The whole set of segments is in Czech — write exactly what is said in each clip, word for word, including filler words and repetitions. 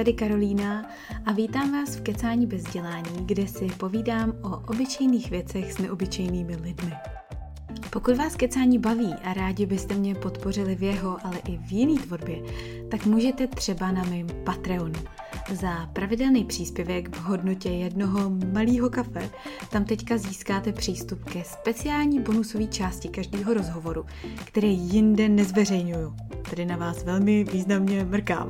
tady Karolína a vítám vás v Kecání bez dělání, kde si povídám o obyčejných věcech s neobyčejnými lidmi. Pokud vás kecání baví a rádi byste mě podpořili v jeho, ale i v jiný tvorbě, tak můžete třeba na mém Patreonu. Za pravidelný příspěvek v hodnotě jednoho malého kafe tam teďka získáte přístup ke speciální bonusové části každého rozhovoru, který jinde nezveřejňuju. Tady na vás velmi významně mrkám.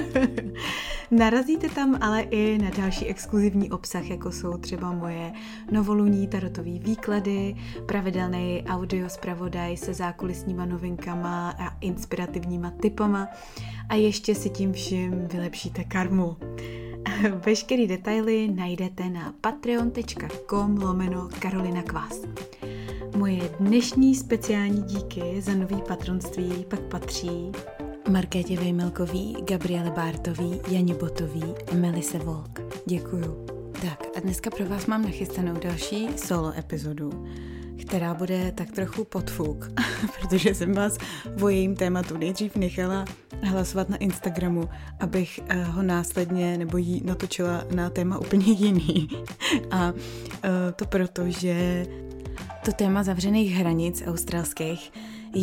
Narazíte tam ale i na další exkluzivní obsah, jako jsou třeba moje novoluní tarotové výklady, pravidelný audio zpravodaj se zákulisníma novinkama a inspirativníma tipama a ještě si tím vším vylepšíte karmu. Veškerý detaily najdete na patreon.com lomeno Karolina Kvás. Moje dnešní speciální díky za nový patronství pak patří Markétě Vejmelkový, Gabriele Bártový, Janě Botový a Melise Volk. Děkuju. Tak a dneska pro vás mám nachystanou další solo epizodu, která bude tak trochu podfuk, protože jsem vás o jejím tématu nejdřív nechala hlasovat na Instagramu, abych ho následně nebo jí natočila na téma úplně jiný. A to proto, že to téma zavřených hranic australských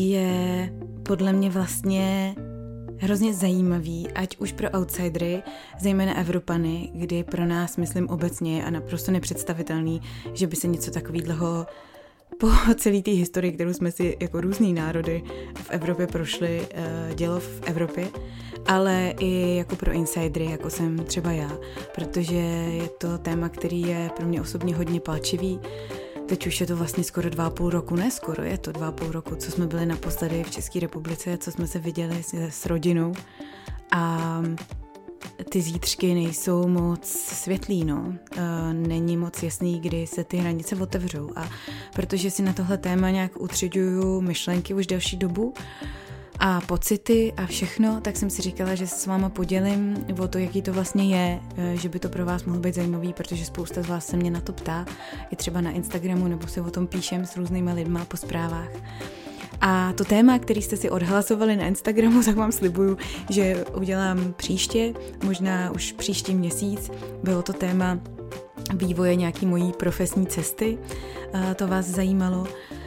je podle mě vlastně hrozně zajímavý, ať už pro outsidery, zejména Evropany, kdy pro nás, myslím obecně, a naprosto nepředstavitelný, že by se něco takového po celé té historii, kterou jsme si jako různý národy v Evropě prošli, dělo v Evropě, ale i jako pro insidery, jako jsem třeba já, protože je to téma, který je pro mě osobně hodně palčivý. Teď už je to vlastně skoro dva a půl roku, ne skoro, je to dva a půl roku, co jsme byli naposledy v České republice, co jsme se viděli s, s rodinou a ty zítřky nejsou moc světlý, no. E, není moc jasný, kdy se ty hranice otevřou a protože si na tohle téma nějak utřiďuju myšlenky už delší dobu a pocity a všechno, tak jsem si říkala, že se s váma podělím o to, jaký to vlastně je, že by to pro vás mohlo být zajímavý, protože spousta z vás se mě na to ptá, i třeba na Instagramu, nebo si o tom píšem s různýma lidma po zprávách. A to téma, který jste si odhlasovali na Instagramu, tak vám slibuju, že udělám příště, možná už příští měsíc. Bylo to téma vývoje nějaký mojí profesní cesty, to vás zajímalo.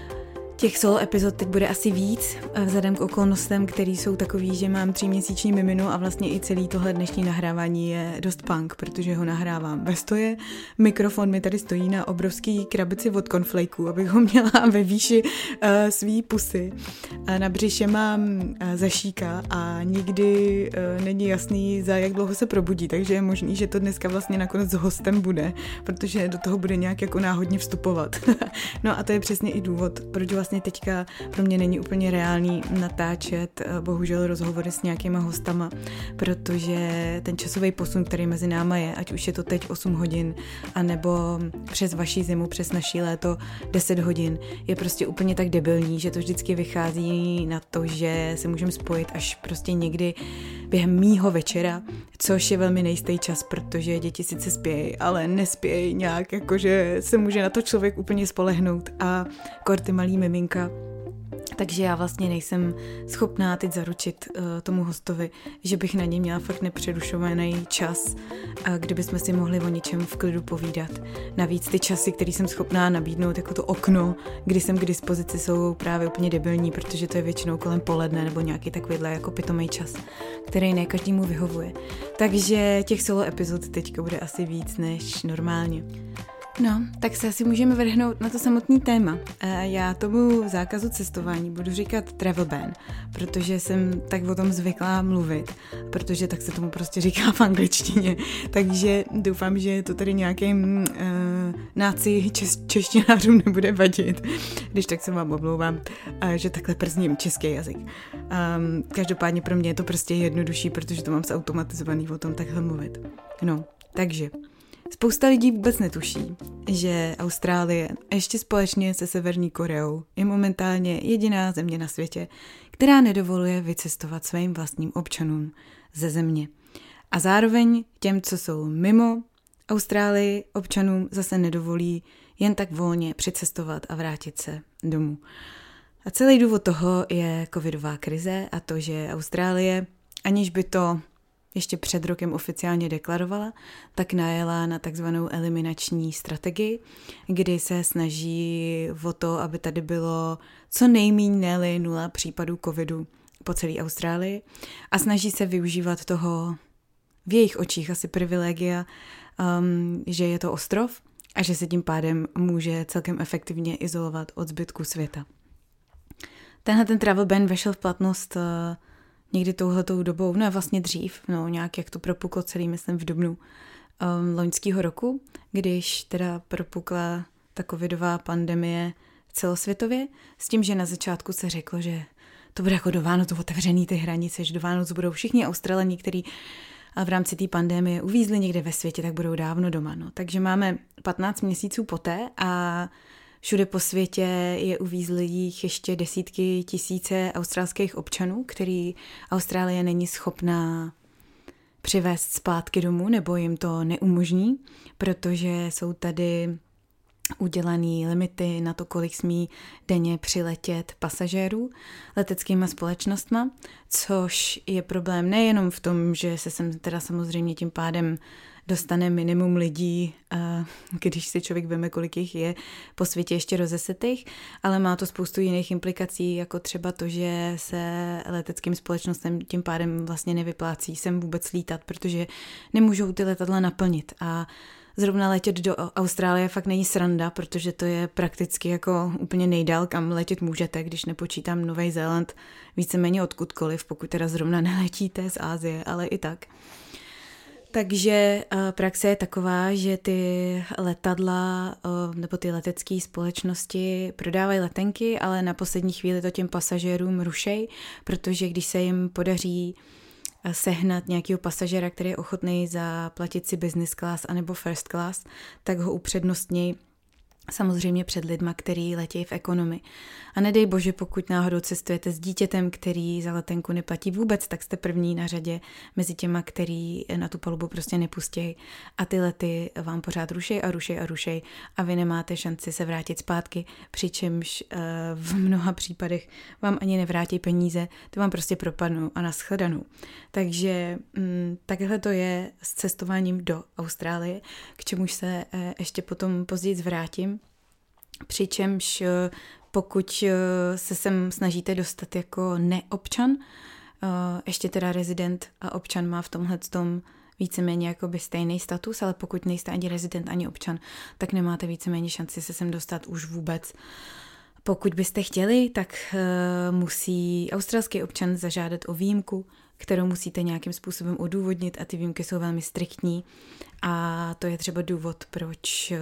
Těch solo epizod teď bude asi víc, vzhledem k okolnostem, který jsou takový, že mám tříměsíční miminu a vlastně i celý tohle dnešní nahrávání je dost punk, protože ho nahrávám ve stoje. Mikrofon mi tady stojí na obrovský krabici od cornflakeů, abych ho měla ve výši uh, svý pusy. A na břiše mám uh, zašíka a nikdy uh, není jasný, za jak dlouho se probudí, takže je možný, že to dneska vlastně nakonec s hostem bude, protože do toho bude nějak jako náhodně vstupovat. No a to je přesně i důvod, proč vlastně Vlastně teďka pro mě není úplně reálný natáčet bohužel rozhovory s nějakýma hostama, protože ten časový posun, který mezi náma je, ať už je to teď osm hodin, anebo přes vaši zimu, přes naší léto deset hodin, je prostě úplně tak debilní, že to vždycky vychází na to, že se můžeme spojit až prostě někdy během mýho večera, což je velmi nejistý čas, protože děti sice spějí, ale nespějí nějak, jakože se může na to člověk úplně spolehnout a kor ty malý miminka. Takže já vlastně nejsem schopná teď zaručit uh, tomu hostovi, že bych na něj měla fakt nepřerušovaný čas, uh, kdybychom si mohli o něčem v klidu povídat. Navíc ty časy, které jsem schopná nabídnout, jako to okno, kdy jsem k dispozici, jsou právě úplně debilní, protože to je většinou kolem poledne nebo nějaký takovýhle jako pitomej čas, který ne každému vyhovuje. Takže těch solo epizod teďka bude asi víc než normálně. No, tak se asi můžeme vrhnout na to samotný téma. Já tomu zákazu cestování budu říkat travel ban, protože jsem tak o tom zvyklá mluvit, protože tak se tomu prostě říká v angličtině. Takže doufám, že to tady nějakým uh, náci čes, češtinářům nebude vadit, když tak se vám omlouvám, uh, že takhle przním český jazyk. Um, každopádně pro mě je to prostě jednodušší, protože to mám zautomatizovaný o tom takhle mluvit. No, takže spousta lidí vůbec netuší, že Austrálie ještě společně se Severní Koreou je momentálně jediná země na světě, která nedovoluje vycestovat svým vlastním občanům ze země. A zároveň těm, co jsou mimo Austrálii, občanům zase nedovolí jen tak volně přicestovat a vrátit se domů. A celý důvod toho je covidová krize a to, že Austrálie, aniž by to ještě před rokem oficiálně deklarovala, tak najela na takzvanou eliminační strategii, kdy se snaží o to, aby tady bylo co nejméně ne nula případů covidu po celé Austrálii a snaží se využívat toho v jejich očích asi privilegia, um, že je to ostrov a že se tím pádem může celkem efektivně izolovat od zbytku světa. Tenhle ten travel ban vešel v platnost uh, někdy touhletou dobou, no vlastně dřív, no nějak jak to propuklo celý, myslím v dubnu um, loňského roku, když teda propukla ta covidová pandemie celosvětově, s tím, že na začátku se řeklo, že to bude jako do Vánoc otevřený ty hranice, že do Vánoc budou všichni Australani, kteří v rámci té pandemie uvízli někde ve světě, tak budou dávno doma. No. Takže máme patnáct měsíců poté a všude po světě je uvízlých ještě desítky tisíce australských občanů, který Austrálie není schopná přivést zpátky domů, nebo jim to neumožní, protože jsou tady udělaný limity na to, kolik smí denně přiletět pasažérů leteckýma společnostma, což je problém nejenom v tom, že se sem teda samozřejmě tím pádem dostane minimum lidí, když si člověk veme, kolik jich je po světě ještě rozesetých, ale má to spoustu jiných implikací, jako třeba to, že se leteckým společnostem tím pádem vlastně nevyplácí sem vůbec lítat, protože nemůžou ty letadla naplnit a zrovna letět do Austrálie fakt není sranda, protože to je prakticky jako úplně nejdál, kam letět můžete, když nepočítám Nový Zéland víceméně odkudkoliv, pokud teda zrovna neletíte z Asie, ale i tak. Takže praxe je taková, že ty letadla nebo ty letecké společnosti prodávají letenky, ale na poslední chvíli to těm pasažérům rušej, protože když se jim podaří sehnat nějakého pasažéra, který je ochotný zaplatit si business class anebo first class, tak ho upřednostní samozřejmě před lidma, který letějí v ekonomii. A nedej bože, pokud náhodou cestujete s dítětem, který za letenku neplatí vůbec, tak jste první na řadě mezi těma, který na tu palubu prostě nepustějí a ty lety vám pořád rušej a rušej a rušej a vy nemáte šanci se vrátit zpátky, přičemž v mnoha případech vám ani nevrátí peníze, ty vám prostě propadnou a nashledanou. Takže hm, takhle to je s cestováním do Austrálie, k čemuž se ještě potom později vrátím. Přičemž pokud se sem snažíte dostat jako neobčan, ještě teda rezident a občan má v tomhle tom víceméně jakoby stejný status, ale pokud nejste ani rezident, ani občan, tak nemáte víceméně šanci se sem dostat už vůbec. Pokud byste chtěli, tak musí australský občan zažádat o výjimku, kterou musíte nějakým způsobem odůvodnit a ty výjimky jsou velmi striktní a to je třeba důvod, proč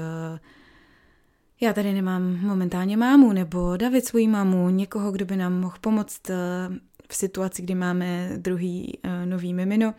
já tady nemám momentálně mámu nebo David svoji mámu, někoho, kdo by nám mohl pomoct v situaci, kdy máme druhý nový mimino,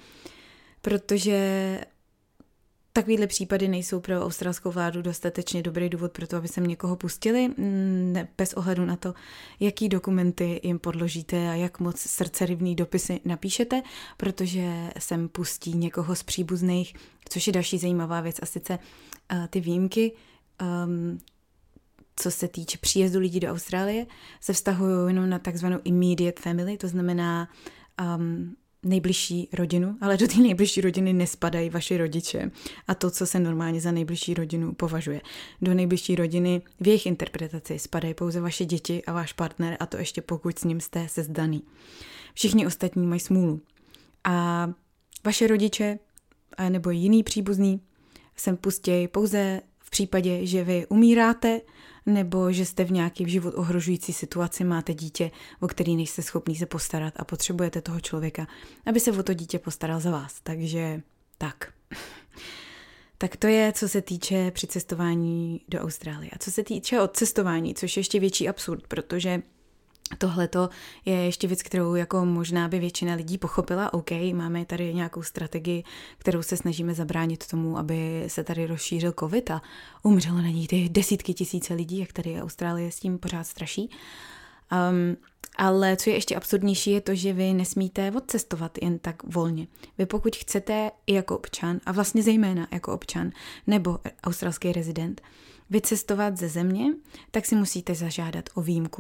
protože takovýhle případy nejsou pro australskou vládu dostatečně dobrý důvod pro to, aby sem někoho pustili, ne, bez ohledu na to, jaký dokumenty jim podložíte a jak moc srdcerivný dopisy napíšete, protože sem pustí někoho z příbuzných, což je další zajímavá věc a sice uh, ty výjimky, um, co se týče příjezdu lidí do Austrálie, se vztahují jenom na takzvanou immediate family, to znamená um, nejbližší rodinu, ale do té nejbližší rodiny nespadají vaši rodiče a to, co se normálně za nejbližší rodinu považuje. Do nejbližší rodiny v jejich interpretaci spadají pouze vaše děti a váš partner a to ještě pokud s ním jste sezdaný. Všichni ostatní mají smůlu. A vaše rodiče nebo jiný příbuzný sem pustějí pouze v případě, že vy umíráte nebo že jste v nějaký život ohrožující situaci, máte dítě, o který nejste schopný se postarat a potřebujete toho člověka, aby se o to dítě postaral za vás. Takže tak. Tak to je, co se týče přicestování do Austrálie. A co se týče odcestování, což je ještě větší absurd, protože tohleto je ještě věc, kterou jako možná by většina lidí pochopila. OK, máme tady nějakou strategii, kterou se snažíme zabránit tomu, aby se tady rozšířil covid a umřelo na ní ty desítky tisíce lidí, jak tady Austrálie s tím pořád straší. Um, ale co je ještě absurdnější, je to, že vy nesmíte odcestovat jen tak volně. Vy pokud chcete i jako občan, a vlastně zejména jako občan, nebo australský rezident, vycestovat ze země, tak si musíte zažádat o výjimku.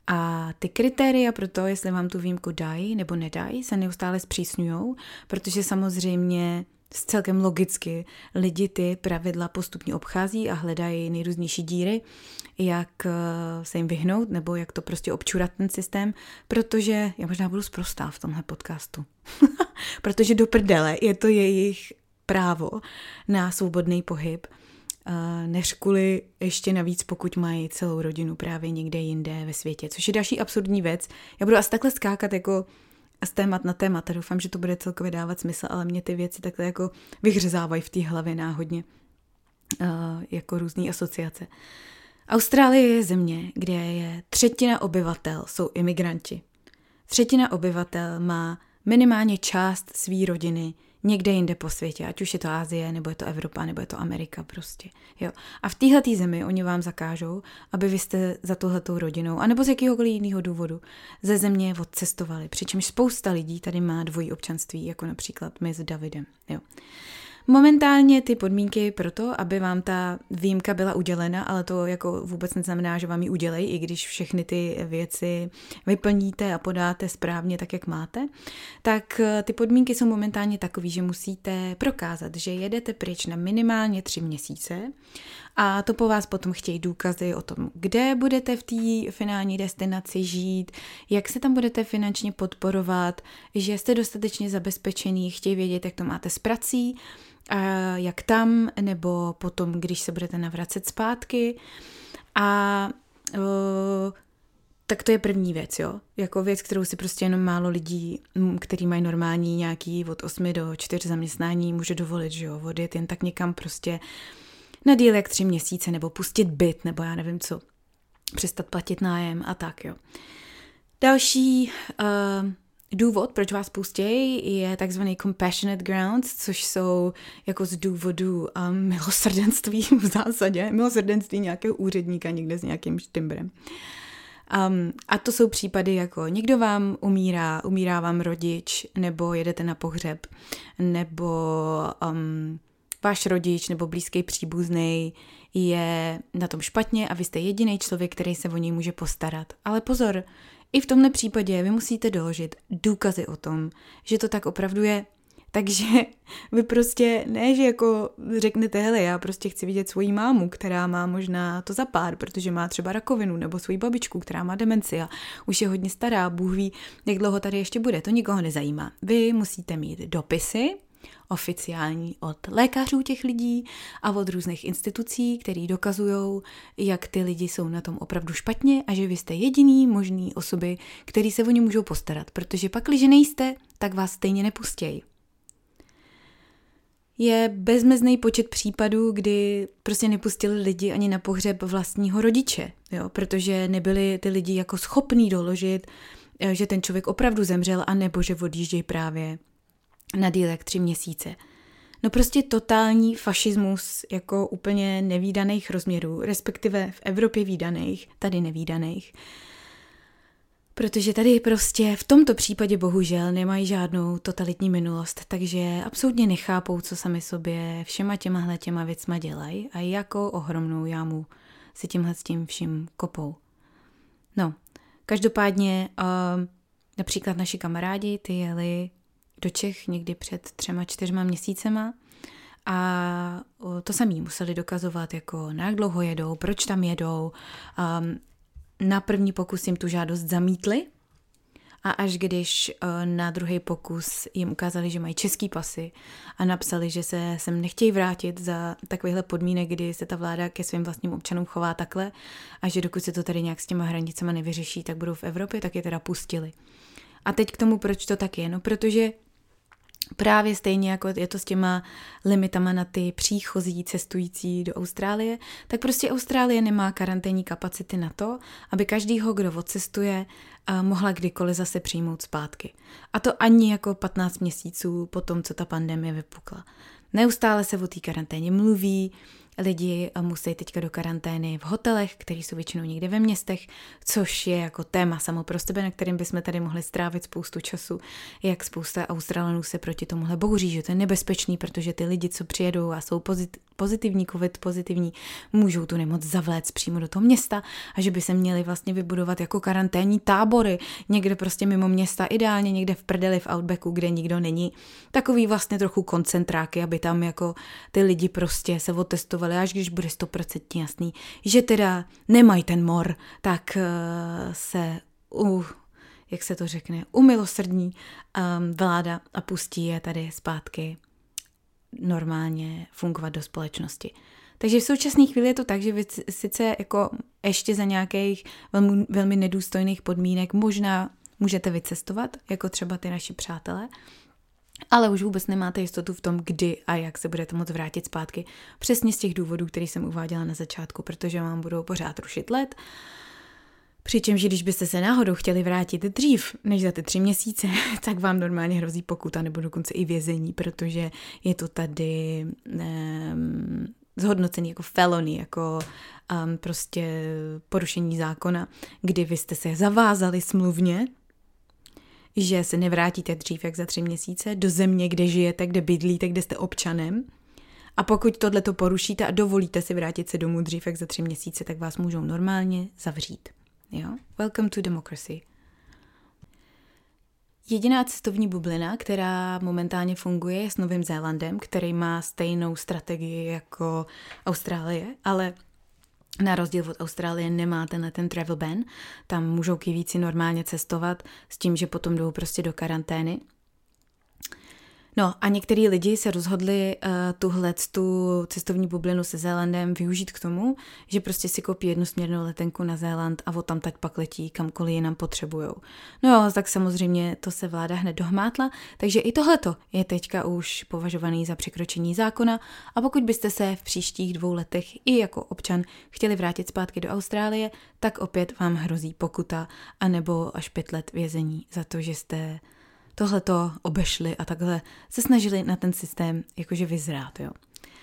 A ty kritéria pro to, jestli vám tu výjimku dají nebo nedají, se neustále zpřísňujou, protože samozřejmě celkem logicky lidi ty pravidla postupně obchází a hledají nejrůznější díry, jak se jim vyhnout nebo jak to prostě občurat ten systém, protože já možná budu sprostá v tomhle podcastu, protože do prdele je to jejich právo na svobodný pohyb, než kvůli ještě navíc, pokud mají celou rodinu právě někde jinde ve světě, což je další absurdní věc. Já budu asi takhle skákat jako z témat na témat a doufám, že to bude celkově dávat smysl, ale mě ty věci takhle jako vyhřezávají v té hlavě náhodně uh, jako různý asociace. Austrálie je země, kde je třetina obyvatel jsou imigranti. Třetina obyvatel má minimálně část své rodiny někde jinde po světě, ať už je to Asie, nebo je to Evropa, nebo je to Amerika prostě. Jo. A v téhletý zemi oni vám zakážou, aby vy jste za tohletou rodinou, anebo z jakýhokoliv jiného důvodu, ze země odcestovali. Přičemž spousta lidí tady má dvojí občanství, jako například my s Davidem. Jo. Momentálně ty podmínky pro to, aby vám ta výjimka byla udělena, ale to jako vůbec neznamená, že vám ji udělej, i když všechny ty věci vyplníte a podáte správně tak, jak máte, tak ty podmínky jsou momentálně takové, že musíte prokázat, že jedete pryč na minimálně tři měsíce a to po vás potom chtějí důkazy o tom, kde budete v té finální destinaci žít, jak se tam budete finančně podporovat, že jste dostatečně zabezpečený, chtějí vědět, jak to máte s prací, a jak tam, nebo potom, když se budete navracet zpátky. A o, tak to je první věc, jo. Jako věc, kterou si prostě jenom málo lidí, který mají normální nějaký od osmi do čtyř zaměstnání, může dovolit, že jo, odjet jen tak někam prostě na díl jak tři měsíce, nebo pustit byt, nebo já nevím co, přestat platit nájem a tak, jo. Další uh, důvod, proč vás pustějí, je takzvaný compassionate grounds, což jsou jako z důvodu um, milosrdenství v zásadě, milosrdenství nějakého úředníka někde s nějakým štimbrem. Um, a to jsou případy jako někdo vám umírá, umírá vám rodič, nebo jedete na pohřeb, nebo um, váš rodič nebo blízký příbuzný je na tom špatně a vy jste jediný člověk, který se o něj může postarat. Ale pozor, i v tomhle případě vy musíte doložit důkazy o tom, že to tak opravdu je. Takže vy prostě ne, že jako řeknete, hele, já prostě chci vidět svoji mámu, která má možná to za pár, protože má třeba rakovinu, nebo svoji babičku, která má demenci a už je hodně stará, Bůh ví, jak dlouho tady ještě bude, to nikoho nezajímá. Vy musíte mít dopisy, oficiální od lékařů těch lidí a od různých institucí, které dokazují, jak ty lidi jsou na tom opravdu špatně a že vy jste jediný možný osoby, který se o ně můžou postarat, protože pak, když nejste, tak vás stejně nepustějí. Je bezmezný počet případů, kdy prostě nepustili lidi ani na pohřeb vlastního rodiče, jo, protože nebyli ty lidi jako schopní doložit, že ten člověk opravdu zemřel a nebo že odjíždějí právě na díl jak tři měsíce. No prostě totální fašismus jako úplně nevídaných rozměrů, respektive v Evropě vídaných, tady nevídaných. Protože tady prostě v tomto případě bohužel nemají žádnou totalitní minulost, takže absolutně nechápou, co sami sobě všema těmahle těma věcma dělají a jako ohromnou jámu si tímhle s tím vším kopou. No, každopádně uh, například naši kamarádi, ty jeli do Čech někdy před třema, čtyřma měsícema a to samý museli dokazovat, jako na jak dlouho jedou, proč tam jedou. Um, na první pokus jim tu žádost zamítli a až když uh, na druhý pokus jim ukázali, že mají český pasy a napsali, že se sem nechtějí vrátit za takovýchhle podmínek, kdy se ta vláda ke svým vlastním občanům chová takhle a že dokud se to tady nějak s těma hranicema nevyřeší, tak budou v Evropě, tak je teda pustili. A teď k tomu, proč to tak je? No, protože právě stejně jako je to s těma limitama na ty příchozí cestující do Austrálie, tak prostě Austrálie nemá karanténní kapacity na to, aby každýho, kdo odcestuje, mohla kdykoliv zase přijmout zpátky. A to ani jako patnáct měsíců po tom, co ta pandemie vypukla. Neustále se o té karanténě mluví, lidi musí teďka do karantény v hotelech, které jsou většinou někde ve městech, což je jako téma samo pro sebe, na kterým bychom tady mohli strávit spoustu času, jak spousta Australanů se proti tomuhle bouří, že to je nebezpečný, protože ty lidi, co přijedou a jsou pozit, pozitivní, covid pozitivní, můžou tu nemoc zavléct přímo do toho města a že by se měli vlastně vybudovat jako karanténní tábory, někde prostě mimo města, ideálně někde v prdeli v outbacku, kde nikdo není. Takový vlastně trochu koncentráky, aby tam jako ty lidi prostě se otestovali, až když bude sto procent jasný, že teda nemají ten mor, tak uh, se, uh, jak se to řekne, umilosrdní um, vláda a pustí je tady zpátky normálně fungovat do společnosti. Takže v současné chvíli je to tak, že vy sice jako ještě za nějakých velmi, velmi nedůstojných podmínek možná můžete vycestovat, jako třeba ty naši přátelé, ale už vůbec nemáte jistotu v tom, kdy a jak se budete moct vrátit zpátky. Přesně z těch důvodů, který jsem uváděla na začátku, protože vám budou pořád rušit let. Přičemž, když byste se náhodou chtěli vrátit dřív než za ty tři měsíce, tak vám normálně hrozí pokuta nebo dokonce i vězení, protože je to tady um, zhodnocený jako felony, jako um, prostě porušení zákona, kdy vy jste se zavázali smluvně, že se nevrátíte dřív jak za tři měsíce do země, kde žijete, kde bydlíte, kde jste občanem. A pokud tohleto porušíte a dovolíte si vrátit se domů dřív jak za tři měsíce, tak vás můžou normálně zavřít. Jo? Welcome to democracy. Jediná cestovní bublina, která momentálně funguje, je s Novým Zélandem, který má stejnou strategii jako Austrálie, ale na rozdíl od Austrálie nemá tenhle ten travel ban. Tam můžou kivíci normálně cestovat s tím, že potom jdou prostě do karantény. No a některý lidi se rozhodli uh, tuhle tu cestovní bublinu se Zélandem využít k tomu, že prostě si koupí jednosměrnou letenku na Zéland a odtam tak pak letí kamkoliv jinam potřebujou. No jo, tak samozřejmě to se vláda hned dohmátla, takže i tohleto je teďka už považovaný za překročení zákona a pokud byste se v příštích dvou letech i jako občan chtěli vrátit zpátky do Austrálie, tak opět vám hrozí pokuta anebo až pět let vězení za to, že jste tohleto obešli a takhle se snažili na ten systém jakože vyzrát, jo.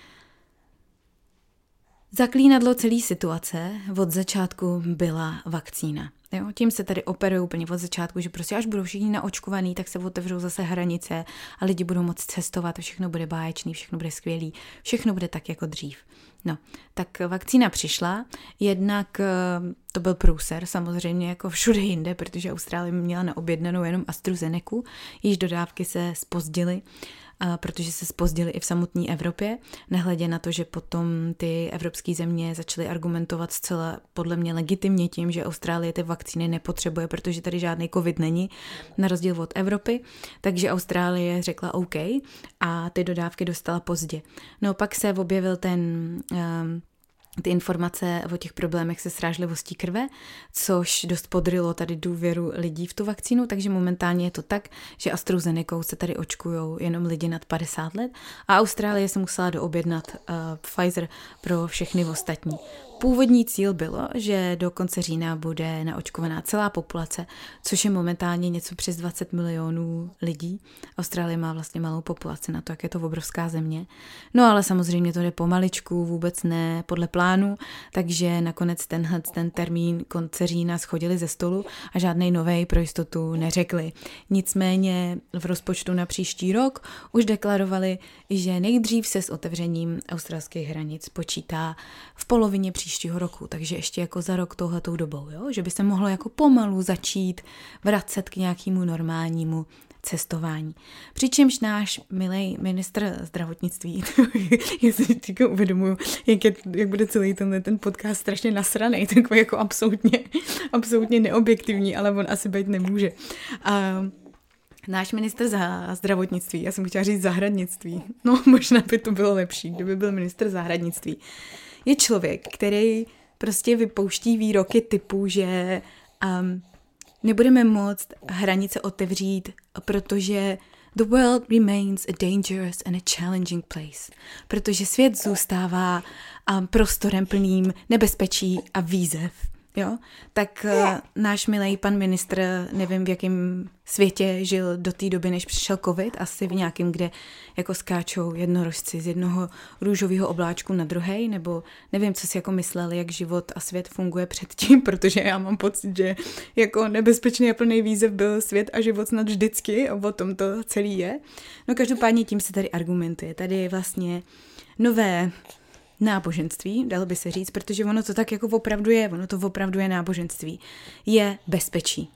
Zaklínadlo celé situace od začátku byla vakcína. Jo, tím se tady operuje úplně od začátku, že prostě až budou všichni naočkovaný, tak se otevřou zase hranice a lidi budou moct cestovat, všechno bude báječný, všechno bude skvělý, všechno bude tak jako dřív. No, tak vakcína přišla, jednak to byl průser, samozřejmě jako všude jinde, protože Austrálie měla naobjednanou jenom AstraZenecu, již dodávky se zpozdily, protože se zpozdily i v samotné Evropě, nehledě na to, že potom ty evropské země začaly argumentovat zcela podle mě legitimně tím, že Austrálie ty vakcíny nepotřebuje, protože tady žádný covid není, na rozdíl od Evropy, takže Austrálie řekla OK a ty dodávky dostala pozdě. No pak se objevil ten um, ty informace o těch problémech se srážlivostí krve, což dost podrylo tady důvěru lidí v tu vakcínu, takže momentálně je to tak, že AstraZenecou se tady očkujou jenom lidi nad padesát let a Austrálie se musela doobjednat uh, Pfizer pro všechny ostatní. Původní cíl bylo, že do konce října bude naočkovaná celá populace, což je momentálně něco přes dvacet milionů lidí. Austrálie má vlastně malou populaci na to, jak je to obrovská země. No ale samozřejmě to jde pomaličku, vůbec ne podle plánu, takže nakonec tenhle ten termín konce října schodili ze stolu a žádnej novej pro jistotu neřekli. Nicméně v rozpočtu na příští rok už deklarovali, že nejdřív se s otevřením australských hranic počítá v polovině příštího příštího roku, takže ještě jako za rok touhletou dobou, jo? Že by se mohlo jako pomalu začít vracet k nějakému normálnímu cestování. Přičemž náš milý ministr zdravotnictví, já si teďka uvědomuju, jak, je, jak bude celý tenhle ten podcast strašně nasranej, takový jako absolutně, absolutně neobjektivní, ale on asi být nemůže. A náš ministr za zdravotnictví, já jsem chtěla říct zahradnictví, no možná by to bylo lepší, kdyby byl ministr zahradnictví, je člověk, který prostě vypouští výroky typu, že um, nebudeme moct hranice otevřít, protože the world remains a dangerous and a challenging place. Protože svět zůstává um, prostorem plným nebezpečí a výzev. jo, tak uh, náš milej pan ministr, nevím v jakém světě žil do té doby, než přišel covid, asi v nějakém, kde jako skáčou jednorožci z jednoho růžového obláčku na druhej, nebo nevím, co si jako mysleli, jak život a svět funguje předtím, protože já mám pocit, že jako nebezpečný a plný výzev byl svět a život snad vždycky, o tom to celý je. No každopádně tím se tady argumentuje. Tady je vlastně nové náboženství, dalo by se říct, protože ono to tak jako opravdu je, ono to opravdu je náboženství, je bezpečí.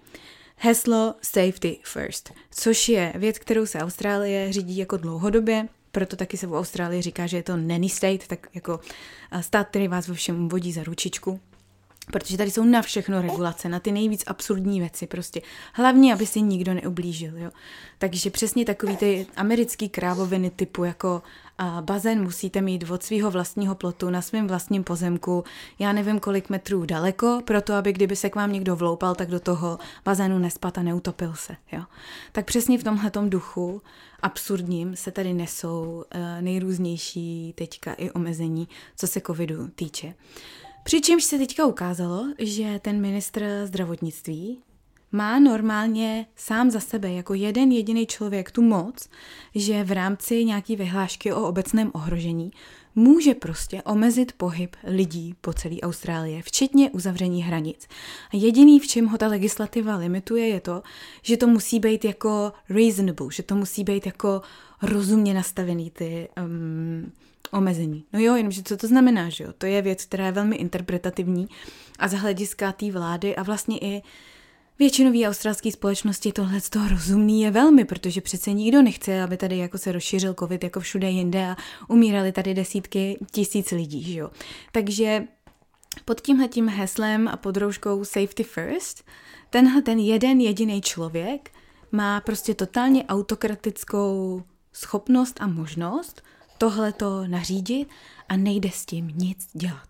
Heslo safety first, což je věc, kterou se Austrálie řídí jako dlouhodobě, proto taky se v Austrálii říká, že je to nanny state, tak jako stát, který vás vo všem vodí za ručičku. Protože tady jsou na všechno regulace, na ty nejvíc absurdní věci prostě. Hlavně, aby si nikdo neublížil, jo. Takže přesně takový ty americký krávoviny typu jako a bazén musíte mít od svého vlastního plotu na svém vlastním pozemku, já nevím kolik metrů daleko, proto aby kdyby se k vám někdo vloupal, tak do toho bazénu nespat a neutopil se, jo. Tak přesně v tomhletom duchu absurdním se tady nesou uh, nejrůznější teďka i omezení, co se covidu týče. Přičemž se teďka ukázalo, že ten ministr zdravotnictví má normálně sám za sebe jako jeden jediný člověk tu moc, že v rámci nějaký vyhlášky o obecném ohrožení může prostě omezit pohyb lidí po celé Austrálii, včetně uzavření hranic. A jediný, v čem ho ta legislativa limituje, je to, že to musí být jako reasonable, že to musí být jako rozumně nastavený ty um, omezení. No jo, jenomže co to znamená, že jo? To je věc, která je velmi interpretativní a z hlediska té vlády a vlastně i většinový australské společnosti tohle z toho rozumný je velmi, protože přece nikdo nechce, aby tady jako se rozšířil covid jako všude jinde a umírali tady desítky tisíc lidí, že jo. Takže pod tímhletím heslem a pod rouškou safety first, tenhle ten jeden jediný člověk má prostě totálně autokratickou schopnost a možnost tohleto nařídit a nejde s tím nic dělat.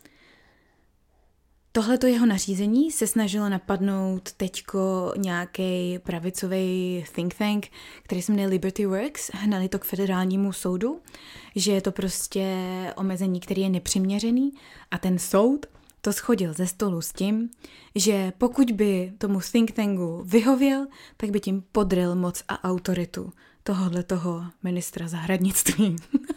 Tohleto jeho nařízení se snažilo napadnout teďko nějaký pravicový think tank, který se jmenuje Liberty Works, hnali to k federálnímu soudu, že je to prostě omezení, který je nepřiměřený a ten soud to shodil ze stolu s tím, že pokud by tomu think tanku vyhověl, tak by tím podryl moc a autoritu tohohle toho ministra zahradnictví.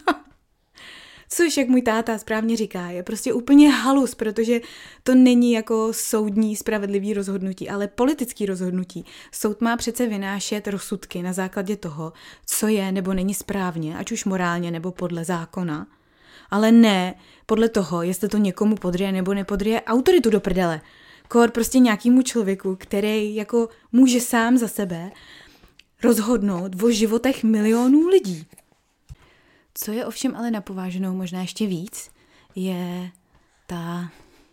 Což, jak můj táta správně říká, je prostě úplně halus, protože to není jako soudní spravedlivý rozhodnutí, ale politický rozhodnutí. Soud má přece vynášet rozsudky na základě toho, co je nebo není správně, ať už morálně nebo podle zákona, ale ne podle toho, jestli to někomu podryje nebo nepodryje autoritu do prdele. Kor prostě nějakému člověku, který jako může sám za sebe rozhodnout o životech milionů lidí. Co je ovšem ale napováženou možná ještě víc, je ta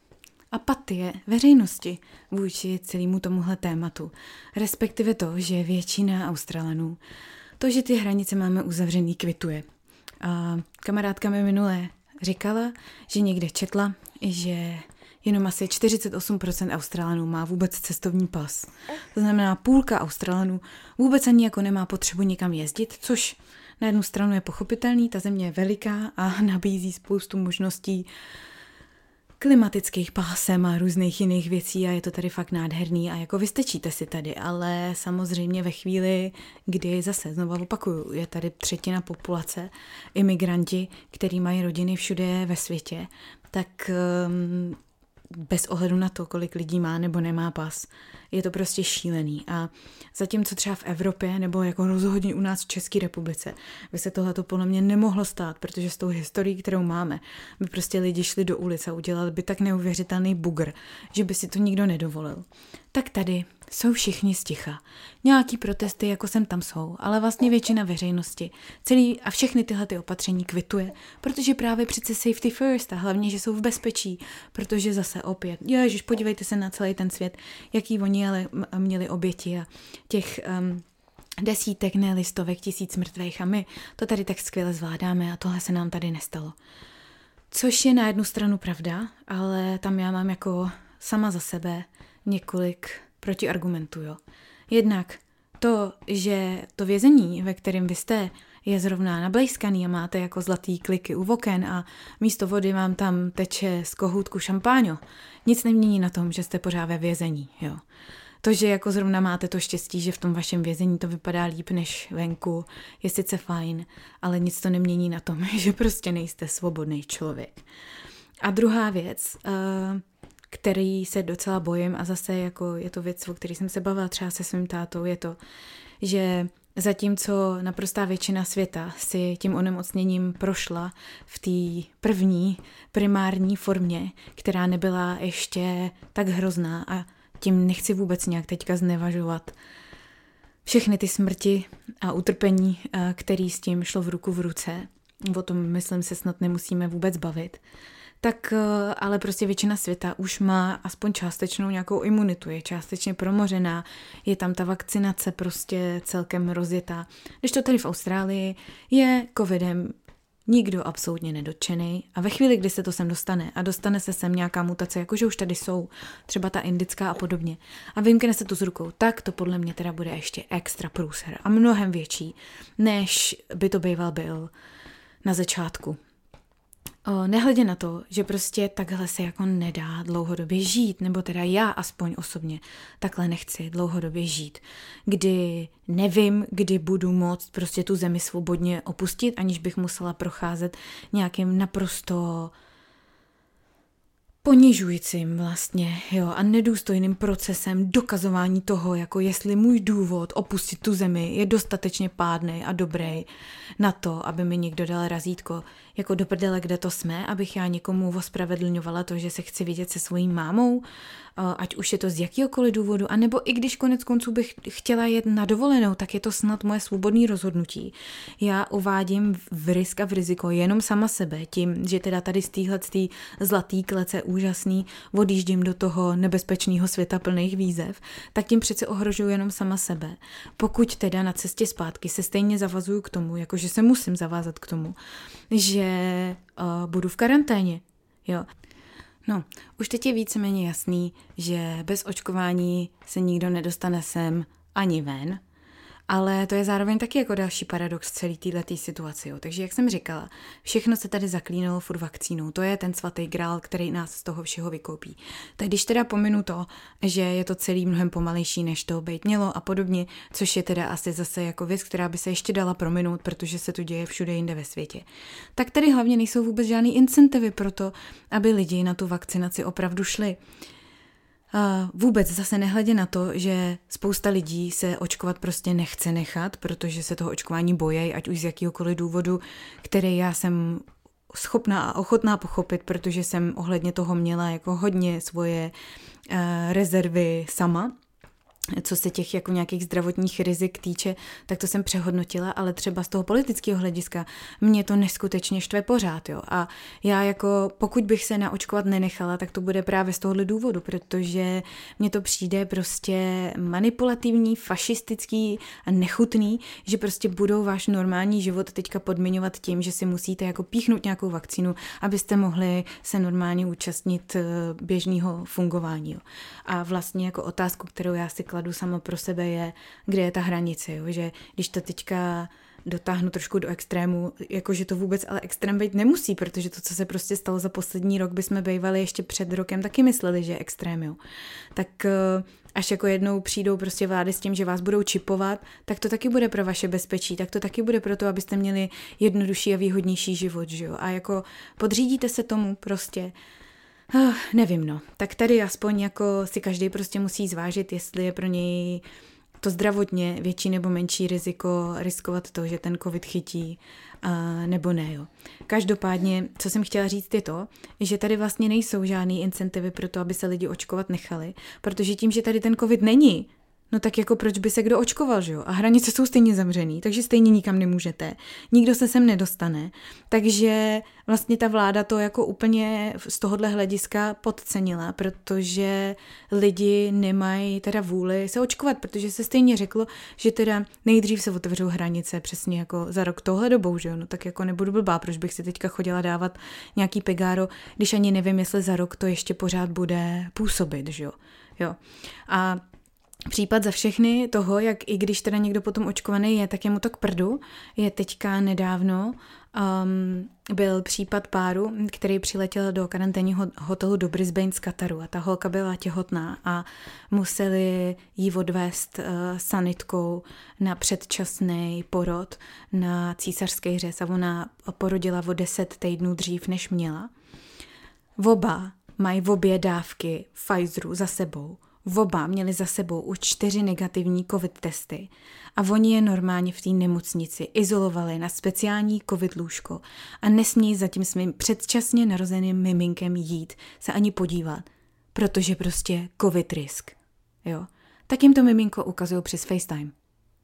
apatie veřejnosti vůči celému tomuhle tématu. Respektive to, že většina Australanů to, že ty hranice máme uzavřený, kvituje. A kamarádka mi minule říkala, že někde četla, že jenom asi čtyřicet osm procent Australanů má vůbec cestovní pas. To znamená, půlka Australanů vůbec ani jako nemá potřebu někam jezdit, což na jednu stranu je pochopitelný, ta země je veliká a nabízí spoustu možností klimatických pásem a různých jiných věcí a je to tady fakt nádherný a jako vystečíte si tady, ale samozřejmě ve chvíli, kdy zase, znovu opakuju, je tady třetina populace, imigranti, který mají rodiny všude ve světě, tak um, bez ohledu na to, kolik lidí má nebo nemá pas, je to prostě šílený. A zatímco třeba v Evropě nebo jako rozhodně u nás v České republice by se tohleto podle mě nemohlo stát, protože s tou historií, kterou máme, by prostě lidi šli do ulic a udělali by tak neuvěřitelný bugr, že by si to nikdo nedovolil. Tak tady jsou všichni sticha. Nějaký protesty, jako sem tam jsou, ale vlastně většina veřejnosti celý a všechny tyhle ty opatření kvituje, protože právě přece safety first a hlavně, že jsou v bezpečí, protože zase opět, ježiš, podívejte se na celý ten svět, jaký oni ale měli oběti a těch um, desítek, ne listovek, tisíc mrtvých a my to tady tak skvěle zvládáme a tohle se nám tady nestalo. Což je na jednu stranu pravda, ale tam já mám jako sama za sebe několik protiargumentů, jo. Jednak to, že to vězení, ve kterém vy jste je zrovna nablejskaný a máte jako zlatý kliky u oken a místo vody vám tam teče z kohůtku šampáňo, nic nemění na tom, že jste pořád ve vězení, jo. To, že jako zrovna máte to štěstí, že v tom vašem vězení to vypadá líp než venku, je sice fajn, ale nic to nemění na tom, že prostě nejste svobodný člověk. A druhá věc, který se docela bojím a zase jako je to věc, o který jsem se bavila třeba se svým tátou, je to, že zatímco naprostá většina světa si tím onemocněním prošla v té první primární formě, která nebyla ještě tak hrozná a tím nechci vůbec nějak teďka znevažovat všechny ty smrti a utrpení, který s tím šlo v ruku v ruce. O tom, myslím, se snad nemusíme vůbec bavit. Tak ale prostě většina světa už má aspoň částečnou nějakou imunitu, je částečně promořená, je tam ta vakcinace prostě celkem rozjetá. Když to tady v Austrálii je covidem nikdo absolutně nedotčený a ve chvíli, kdy se to sem dostane a dostane se sem nějaká mutace, jakože už tady jsou, třeba ta indická a podobně, a vymkne se to z rukou, tak to podle mě teda bude ještě extra průser a mnohem větší, než by to býval byl na začátku. O, nehledě na to, že prostě takhle se jako nedá dlouhodobě žít, nebo teda já aspoň osobně takhle nechci dlouhodobě žít, kdy nevím, kdy budu moct prostě tu zemi svobodně opustit, aniž bych musela procházet nějakým naprosto ponižujícím vlastně, jo, a nedůstojným procesem dokazování toho, jako jestli můj důvod opustit tu zemi je dostatečně pádnej a dobrý na to, aby mi někdo dal razítko jako do prdele, kde to jsme, abych já někomu ospravedlňovala to, že se chci vidět se svojí mámou, ať už je to z jakýhokoliv důvodu, anebo i když konec konců bych chtěla jet na dovolenou, tak je to snad moje svobodné rozhodnutí. Já uvádím v risk a v riziko jenom sama sebe, tím, že teda tady z téhletý zlatý klece úžasný odjíždím do toho nebezpečného světa plných výzev, tak tím přece ohrožuju jenom sama sebe. Pokud teda na cestě zpátky se stejně zavazuju k tomu, jakože se musím zavázat k tomu, že uh, budu v karanténě, jo. No, už teď je víceméně jasný, že bez očkování se nikdo nedostane sem ani ven, ale to je zároveň taky jako další paradox celé této situaci. Jo. Takže jak jsem říkala, všechno se tady zaklínalo furt vakcínou. To je ten svatý grál, který nás z toho všeho vykoupí. Tak když teda pominu to, že je to celý mnohem pomalejší, než to být mělo a podobně, což je teda asi zase jako věc, která by se ještě dala prominout, protože se to děje všude jinde ve světě. Tak tady hlavně nejsou vůbec žádný incentivy pro to, aby lidi na tu vakcinaci opravdu šli. Uh, vůbec zase nehledě na to, že spousta lidí se očkovat prostě nechce nechat, protože se toho očkování bojí, ať už z jakýhokoliv důvodu, který já jsem schopná a ochotná pochopit, protože jsem ohledně toho měla jako hodně svoje uh, rezervy sama. Co se těch jako nějakých zdravotních rizik týče, tak to jsem přehodnotila, ale třeba z toho politického hlediska mě to neskutečně štve pořád, jo. A já jako, pokud bych se naočkovat nenechala, tak to bude právě z tohohle důvodu, protože mně to přijde prostě manipulativní, fašistický a nechutný, že prostě budou váš normální život teďka podmiňovat tím, že si musíte jako píchnout nějakou vakcínu, abyste mohli se normálně účastnit běžného fungování, jo. A vlastně jako otázku, kterou já si kladu sama pro sebe je, kde je ta hranice, jo? Že když to teďka dotáhnu trošku do extrému, jakože to vůbec ale extrém být nemusí, protože to, co se prostě stalo za poslední rok, bychom bývali ještě před rokem taky mysleli, že je extrém, jo. Tak až jako jednou přijdou prostě vlády s tím, že vás budou čipovat, tak to taky bude pro vaše bezpečí, tak to taky bude pro to, abyste měli jednodušší a výhodnější život, že jo. A jako podřídíte se tomu prostě. Uh, nevím, no. Tak tady aspoň jako si každý prostě musí zvážit, jestli je pro něj to zdravotně větší nebo menší riziko riskovat to, že ten covid chytí, uh, nebo ne, jo. Každopádně, co jsem chtěla říct je to, že tady vlastně nejsou žádný incentivy pro to, aby se lidi očkovat nechali, protože tím, že tady ten covid není, no tak jako proč by se kdo očkoval, že jo? A hranice jsou stejně zavřený, takže stejně nikam nemůžete. Nikdo se sem nedostane. Takže vlastně ta vláda to jako úplně z tohohle hlediska podcenila, protože lidi nemají teda vůli se očkovat, protože se stejně řeklo, že teda nejdřív se otevřou hranice přesně jako za rok tohle dobou, že jo? No tak jako nebudu blbá, proč bych si teďka chodila dávat nějaký pegáro, když ani nevím, jestli za rok to ještě pořád bude působit, že jo? Jo. A případ za všechny toho, jak i když teda někdo potom očkovaný je, tak je mu to k prdu, je teďka nedávno um, byl případ páru, který přiletěl do karanténního hotelu do Brisbane z Kataru a ta holka byla těhotná a museli jí odvést uh, sanitkou na předčasný porod na císařský řez a ona porodila o deset týdnů dřív, než měla. Oba mají obě dávky Pfizeru za sebou. Oba měli za sebou už čtyři negativní covid testy a oni je normálně v té nemocnici izolovali na speciální covid lůžko a nesmějí za tím svým předčasně narozeným miminkem jít se ani podívat, protože prostě covid risk. Jo? Tak jim to miminko ukazují přes FaceTime.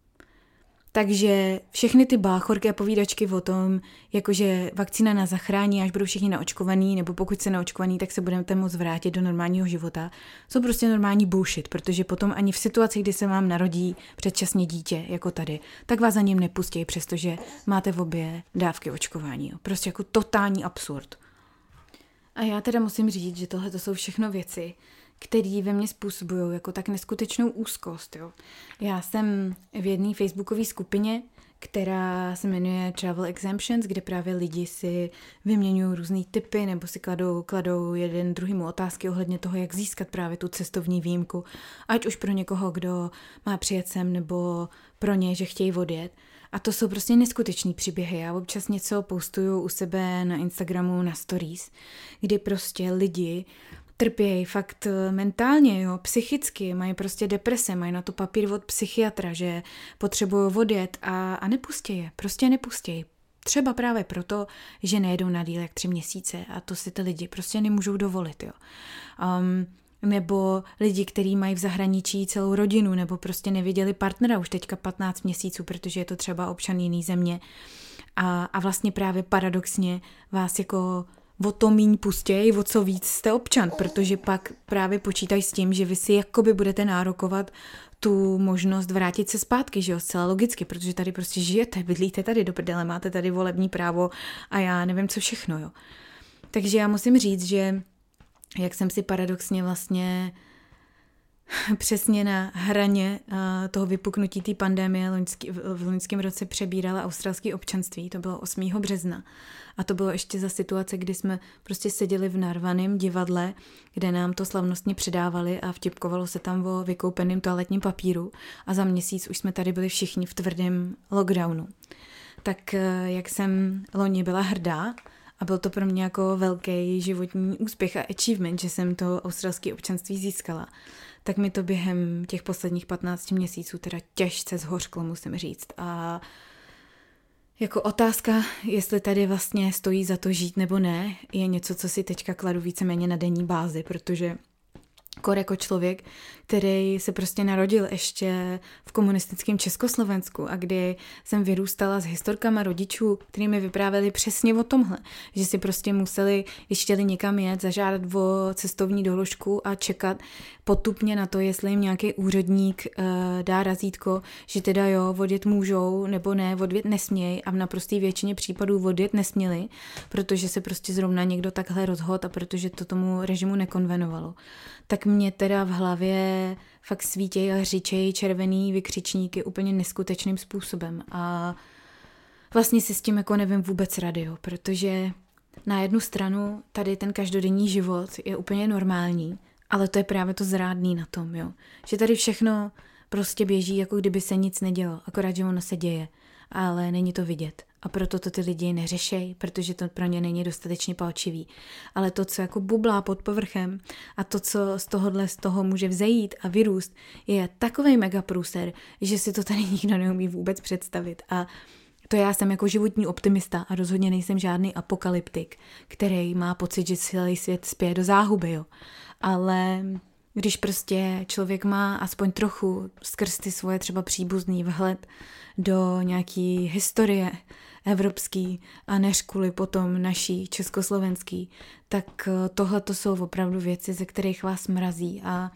Takže všechny ty báchorky a povídačky o tom, jakože vakcína nás zachrání, až budou všichni naočkovaný, nebo pokud se naočkovaný, tak se budeme moct vrátit do normálního života, jsou prostě normální bullshit, protože potom ani v situaci, kdy se vám narodí předčasně dítě, jako tady, tak vás za ním nepustí, přestože máte v obě dávky očkování. Jo. Prostě jako totální absurd. A já teda musím říct, že tohle to jsou všechno věci, který ve mně způsobují jako tak neskutečnou úzkost. Jo. Já jsem v jedné facebookové skupině, která se jmenuje Travel Exemptions, kde právě lidi si vyměňují různý tipy nebo si kladou, kladou jeden druhýmu otázky ohledně toho, jak získat právě tu cestovní výjimku. Ať už pro někoho, kdo má přijet sem, nebo pro ně, že chtějí odjet. A to jsou prostě neskutečný příběhy. Já občas něco postuju u sebe na Instagramu, na stories, kdy prostě lidi trpějí fakt mentálně, jo, psychicky, mají prostě deprese, mají na to papír od psychiatra, že potřebují odjet a, a nepustí je, prostě nepustí. Třeba právě proto, že nejedou na díl jak tři měsíce a to si ty lidi prostě nemůžou dovolit, jo. Um, nebo lidi, kteří mají v zahraničí celou rodinu, nebo prostě neviděli partnera už teďka patnáct měsíců, protože je to třeba občan jiný země. A, a vlastně právě paradoxně vás jako o to míň pustěj, o co víc jste občan, protože pak právě počítají s tím, že vy si jakoby budete nárokovat tu možnost vrátit se zpátky, že jo, zcela logicky, protože tady prostě žijete, bydlíte tady do prdele, máte tady volební právo a já nevím co všechno, jo. Takže já musím říct, že jak jsem si paradoxně vlastně přesně na hraně toho vypuknutí té pandemie loňský, v loňském roce přebírala australské občanství, to bylo osmého března. A to bylo ještě za situace, kdy jsme prostě seděli v narvaném divadle, kde nám to slavnostně předávali a vtipkovalo se tam o vykoupeném toaletním papíru a za měsíc už jsme tady byli všichni v tvrdém lockdownu. Tak jak jsem loni byla hrdá, a byl to pro mě jako velký životní úspěch a achievement, že jsem to australské občanství získala, tak mi to během těch posledních patnácti měsíců teda těžce zhořklo, musím říct. A jako otázka, jestli tady vlastně stojí za to žít nebo ne, je něco, co si teďka kladu víceméně na denní bázi, protože kor jako člověk, který se prostě narodil ještě v komunistickém Československu a kdy jsem vyrůstala s historkama rodičů, který mi vyprávěli přesně o tomhle, že si prostě museli, když chtěli někam jet, zažádat o cestovní doložku a čekat potupně na to, jestli jim nějaký úředník uh, dá razítko, že teda jo, odjet můžou nebo ne, odjet nesmějí a v naprosté většině případů odjet nesměli, protože se prostě zrovna někdo takhle rozhodl a protože to tomu režimu nekonvenovalo. Tak mě teda v hlavě fakt svítějí a hřičejí červený vykřičníky úplně neskutečným způsobem a vlastně si s tím jako nevím vůbec rady, jo, protože na jednu stranu tady ten každodenní život je úplně normální, ale to je právě to zrádný na tom, jo, že tady všechno prostě běží, jako kdyby se nic nedělo, akorát, že ono se děje, ale není to vidět. A proto to ty lidi neřešejí, protože to pro ně není dostatečně palčivý. Ale to, co jako bublá pod povrchem a to, co z tohohle z toho může vzejít a vyrůst, je takovej mega průser, že si to tady nikdo neumí vůbec představit. A to já jsem jako životní optimista a rozhodně nejsem žádný apokalyptik, který má pocit, že celý svět spěje do záhuby, jo. Ale když prostě člověk má aspoň trochu skrz ty svoje třeba příbuzný vhled do nějaký historie evropský a než kvůli potom naší československý, tak tohle to jsou opravdu věci, ze kterých vás mrazí a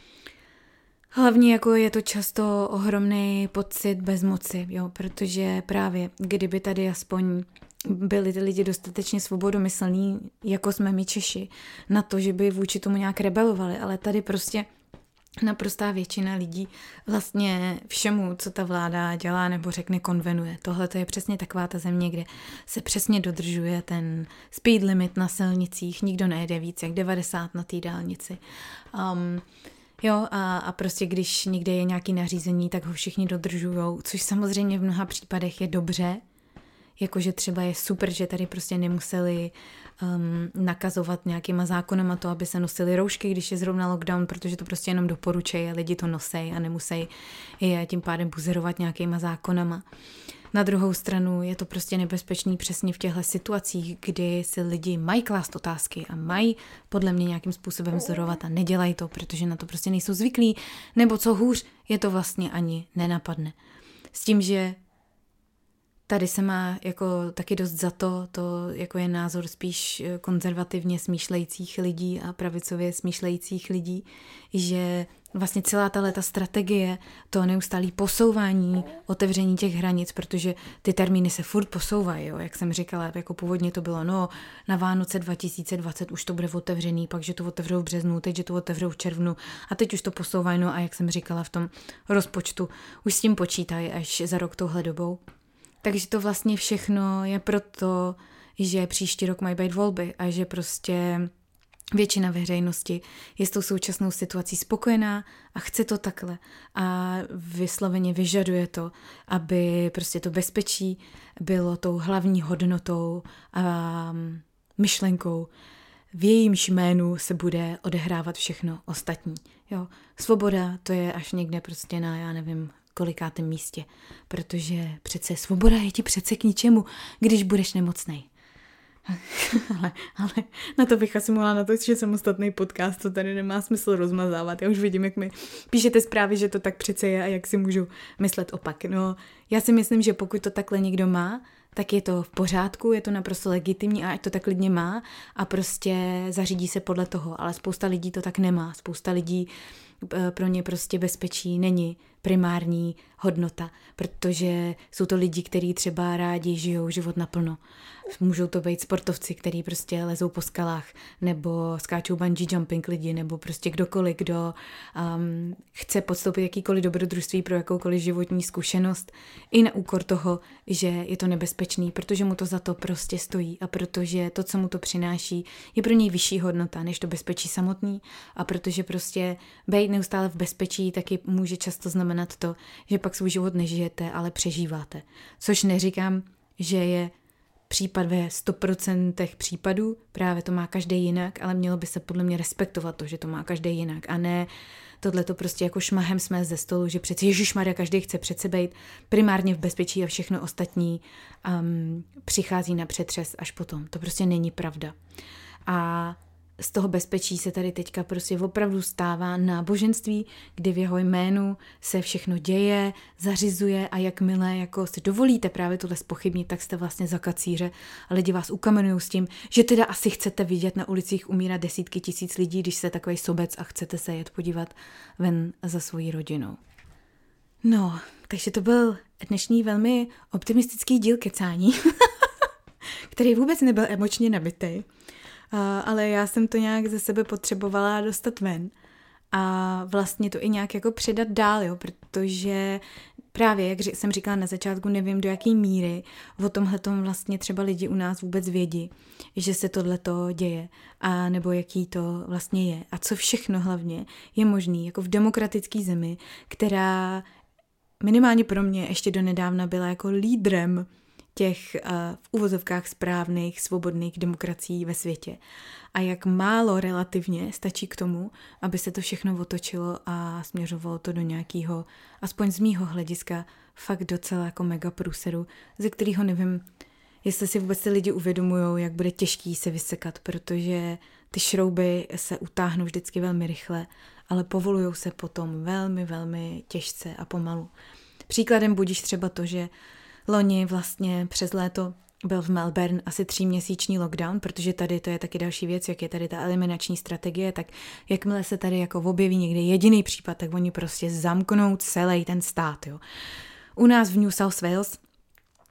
hlavně jako je to často ohromný pocit bezmoci, jo, protože právě kdyby tady aspoň byli ty lidi dostatečně svobodomyslní, jako jsme my Češi, na to, že by vůči tomu nějak rebelovali, ale tady prostě naprostá většina lidí vlastně všemu, co ta vláda dělá nebo řekne, konvenuje. Tohle to je přesně taková ta země, kde se přesně dodržuje ten speed limit na silnicích, nikdo nejede víc jak devadesát na té dálnici. Um, jo, a, a prostě když někde je nějaký nařízení, tak ho všichni dodržujou, což samozřejmě v mnoha případech je dobře, jakože třeba je super, že tady prostě nemuseli um, nakazovat nějakýma zákonama to, aby se nosili roušky, když je zrovna lockdown, protože to prostě jenom doporučejí a lidi to nosejí a nemusí je tím pádem buzerovat nějakýma zákonama. Na druhou stranu je to prostě nebezpečný přesně v těchto situacích, kdy si lidi mají klást otázky a mají podle mě nějakým způsobem vzorovat a nedělají to, protože na to prostě nejsou zvyklí, nebo co hůř, je to vlastně ani nenapadne. S tím, že tady se má jako taky dost za to, to jako je názor spíš konzervativně smýšlejících lidí a pravicově smýšlejících lidí, že vlastně celá tato strategie, to neustálé posouvání, otevření těch hranic, protože ty termíny se furt posouvají, jo, jak jsem říkala, jako původně to bylo, no, na Vánoce dva tisíce dvacet už to bude otevřený, pak, že to otevřou v březnu, teď, že to otevřou v červnu a teď už to posouvají, no a jak jsem říkala v tom rozpočtu, už s tím počítají až za rok touhle dobou. Takže to vlastně všechno je proto, že příští rok mají být volby a že prostě většina veřejnosti je s tou současnou situací spokojená a chce to takhle a vysloveně vyžaduje to, aby prostě to bezpečí bylo tou hlavní hodnotou a myšlenkou, v jejímž jménu se bude odehrávat všechno ostatní. Jo, svoboda to je až někde prostě na, já nevím, kolikátém místě, protože přece svoboda je ti přece k ničemu, když budeš nemocnej. ale, ale na to bych asi mohla natočit samostatný podcast, to tady nemá smysl rozmazávat. Já už vidím, jak mi píšete zprávy, že to tak přece je a jak si můžu myslet opak. No, já si myslím, že pokud to takhle někdo má, tak je to v pořádku, je to naprosto legitimní a ať to tak klidně má a prostě zařídí se podle toho, ale spousta lidí to tak nemá. Spousta lidí pro ně prostě bezpečí není primární hodnota, protože jsou to lidi, kteří třeba rádi žijou život naplno. Můžou to být sportovci, kteří prostě lezou po skalách, nebo skáčou bungee jumping lidi, nebo prostě kdokoliv, kdo um, chce podstoupit jakýkoliv dobrodružství pro jakoukoliv životní zkušenost i na úkor toho, že je to nebezpečný, protože mu to za to prostě stojí a protože to, co mu to přináší, je pro něj vyšší hodnota než to bezpečí samotný a protože prostě být neustále v bezpečí taky může často znamenat to, že pak svůj život nežijete, ale přežíváte. Což neříkám, že je případ ve sto procent případů, právě to má každý jinak, ale mělo by se podle mě respektovat to, že to má každý jinak a ne tohle to prostě jako šmahem jsme ze stolu, že přeci ježišmarja, každý chce přece být primárně v bezpečí a všechno ostatní um, přichází na přetřes až potom. To prostě není pravda. A z toho bezpečí se tady teďka prostě opravdu stává náboženství, kdy v jeho jménu se všechno děje, zařizuje a jakmile jako si dovolíte právě tohle zpochybnit, tak jste vlastně za kacíře a lidi vás ukamenují s tím, že teda asi chcete vidět na ulicích umírat desítky tisíc lidí, když jste takovej sobec a chcete se jet podívat ven za svojí rodinou. No, takže to byl dnešní velmi optimistický díl kecání, který vůbec nebyl emočně nabitý. Uh, ale já jsem to nějak ze sebe potřebovala dostat ven a vlastně to i nějak jako předat dál, jo, protože právě, jak jsem říkala na začátku, nevím do jaký míry o tomhletom vlastně třeba lidi u nás vůbec vědí, že se tohleto děje a nebo jaký to vlastně je a co všechno hlavně je možný, jako v demokratické zemi, která minimálně pro mě ještě donedávna byla jako lídrem těch uh, v uvozovkách správných, svobodných demokracií ve světě. A jak málo relativně stačí k tomu, aby se to všechno otočilo a směřovalo to do nějakého, aspoň z mýho hlediska, fakt docela jako mega průseru, ze kterého nevím, jestli si vůbec ty lidi uvědomujou, jak bude těžký se vysekat, protože ty šrouby se utáhnou vždycky velmi rychle, ale povolujou se potom velmi, velmi těžce a pomalu. Příkladem budíš třeba to, že loni vlastně přes léto byl v Melbourne asi tříměsíční lockdown, protože tady to je taky další věc, jak je tady ta eliminační strategie, tak jakmile se tady jako objeví někde jediný případ, tak oni prostě zamknou celý ten stát. Jo. U nás v New South Wales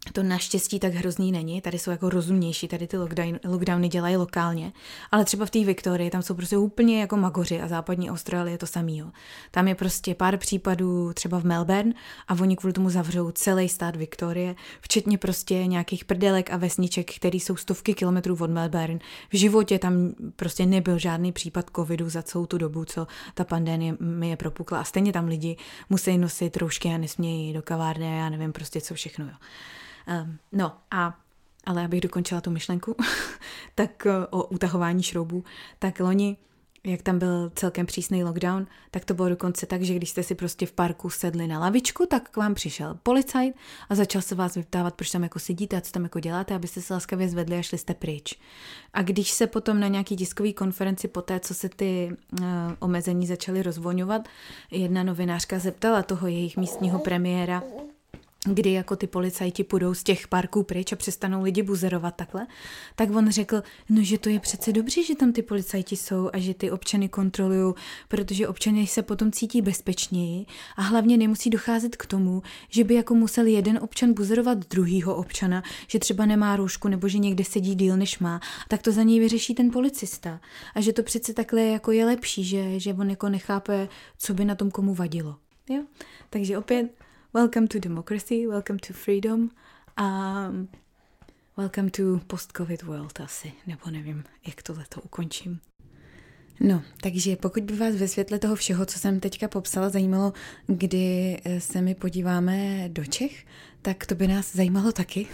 to naštěstí tak hrozný není, tady jsou jako rozumnější, tady ty lockdown, lockdowny dělají lokálně, ale třeba v té Viktorii, tam jsou prostě úplně jako magoři a západní Austrálie je to samýho. Tam je prostě pár případů třeba v Melbourne a oni kvůli tomu zavřou celý stát Viktorie, včetně prostě nějakých prdelek a vesniček, které jsou stovky kilometrů od Melbourne. V životě tam prostě nebyl žádný případ covidu za celou tu dobu, co ta pandemie mi je propukla a stejně tam lidi musí nosit roušky a nesmějí do kavárny a já nevím prostě co všechno, jo. Um, no a, ale abych dokončila tu myšlenku, tak o utahování šroubů, tak loni, jak tam byl celkem přísný lockdown, tak to bylo dokonce tak, že když jste si prostě v parku sedli na lavičku, tak k vám přišel policajt a začal se vás vyptávat, proč tam jako sedíte a co tam jako děláte, abyste se laskavě zvedli a šli jste pryč. A když se potom na nějaký tiskový konferenci poté, co se ty uh, omezení začaly rozvolňovat, jedna novinářka zeptala toho jejich místního premiéra, kdy jako ty policajti půjdou z těch parků pryč a přestanou lidi buzerovat takhle, tak on řekl, no že to je přece dobře, že tam ty policajti jsou a že ty občany kontrolují, protože občany se potom cítí bezpečněji a hlavně nemusí docházet k tomu, že by jako musel jeden občan buzerovat druhýho občana, že třeba nemá roušku nebo že někde sedí díl než má, tak to za něj vyřeší ten policista. A že to přece takhle jako je lepší, že, že on jako nechápe, co by na tom komu vadilo. Jo? Takže opět welcome to democracy, welcome to freedom a welcome to post-covid world asi, nebo nevím, jak tohleto ukončím. No, takže pokud by vás ve světle toho všeho, co jsem teďka popsala, zajímalo, kdy se my podíváme do Čech, tak to by nás zajímalo taky.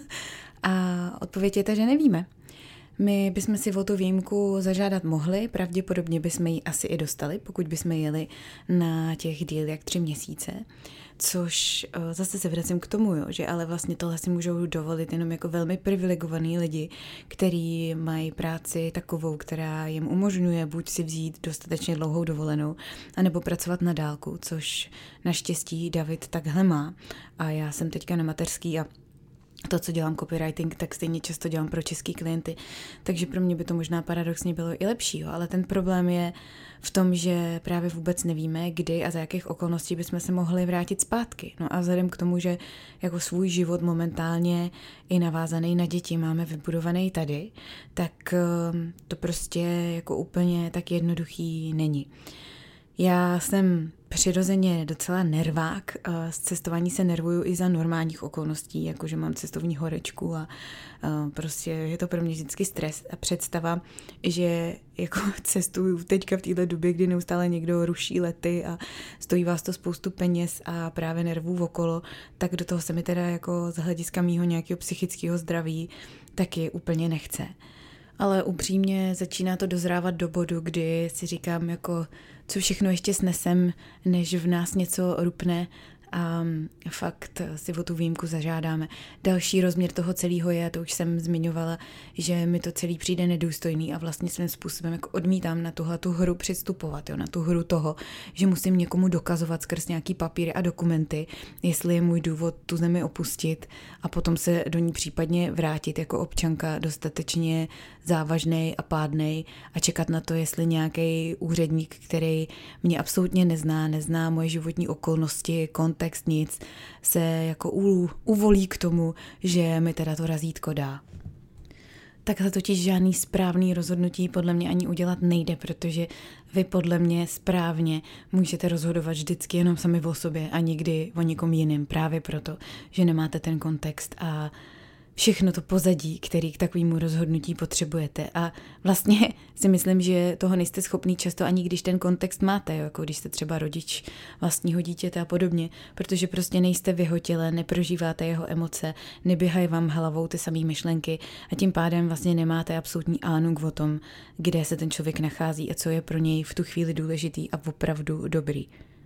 A odpověď je ta, že nevíme. My bychom si o tu výjimku zažádat mohli, pravděpodobně bychom ji asi i dostali, pokud bychom jeli na těch díl jak tři měsíce, což zase se vracím k tomu, jo, že ale vlastně tohle si můžou dovolit jenom jako velmi privilegovaný lidi, kteří mají práci takovou, která jim umožňuje buď si vzít dostatečně dlouhou dovolenou, anebo pracovat na dálku, což naštěstí David takhle má a já jsem teďka na mateřský a to, co dělám copywriting, tak stejně často dělám pro český klienty, takže pro mě by to možná paradoxně bylo i lepší, jo? Ale ten problém je v tom, že právě vůbec nevíme, kdy a za jakých okolností bychom se mohli vrátit zpátky. No a vzhledem k tomu, že jako svůj život momentálně i navázaný na děti máme vybudovaný tady, tak to prostě jako úplně tak jednoduchý není. Já jsem přirozeně docela nervák, z cestování se nervuju i za normálních okolností, jakože mám cestovní horečku a prostě je to pro mě vždycky stres a představa, že jako cestuju teďka v této době, kdy neustále někdo ruší lety a stojí vás to spoustu peněz a právě nervů okolo, tak do toho se mi teda jako z hlediska mýho nějakého psychického zdraví taky úplně nechce. Ale upřímně začíná to dozrávat do bodu, kdy si říkám, jako, co všechno ještě snesem, než v nás něco rupne a fakt si o tu výjimku zažádáme. Další rozměr toho celého je, to už jsem zmiňovala, že mi to celý přijde nedůstojný a vlastně svým způsobem jako odmítám na tuhle tu hru přistupovat, jo, na tu hru toho, že musím někomu dokazovat skrz nějaký papíry a dokumenty, jestli je můj důvod tu zemi opustit a potom se do ní případně vrátit jako občanka dostatečně závažnej a pádnej a čekat na to, jestli nějaký úředník, který mě absolutně nezná, nezná moje životní okolnosti, kontext, nic, se jako uvolí k tomu, že mi teda to razítko dá. Takhle totiž žádný správný rozhodnutí podle mě ani udělat nejde, protože vy podle mě správně můžete rozhodovat vždycky jenom sami o sobě a nikdy o nikom jiným, právě proto, že nemáte ten kontext a všechno to pozadí, který k takovému rozhodnutí potřebujete. A vlastně si myslím, že toho nejste schopný často ani když ten kontext máte, jo, jako když jste třeba rodič vlastního dítěte a podobně, protože prostě nejste v jeho těle, neprožíváte jeho emoce, neběhají vám hlavou ty samé myšlenky a tím pádem vlastně nemáte absolutní ánung o tom, kde se ten člověk nachází a co je pro něj v tu chvíli důležitý a opravdu dobrý.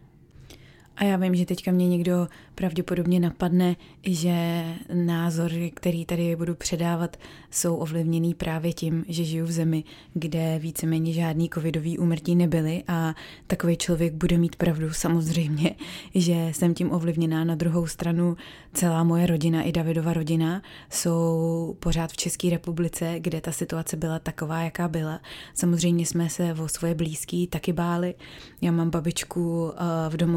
A já vím, že teďka mě někdo pravděpodobně napadne, že názory, který tady budu předávat, jsou ovlivněný právě tím, že žiju v zemi, kde víceméně žádný covidový úmrtí nebyly a takový člověk bude mít pravdu samozřejmě, že jsem tím ovlivněná. Na druhou stranu celá moje rodina i Davidova rodina jsou pořád v České republice, kde ta situace byla taková, jaká byla. Samozřejmě jsme se o svoje blízký taky báli. Já mám babičku v domově pro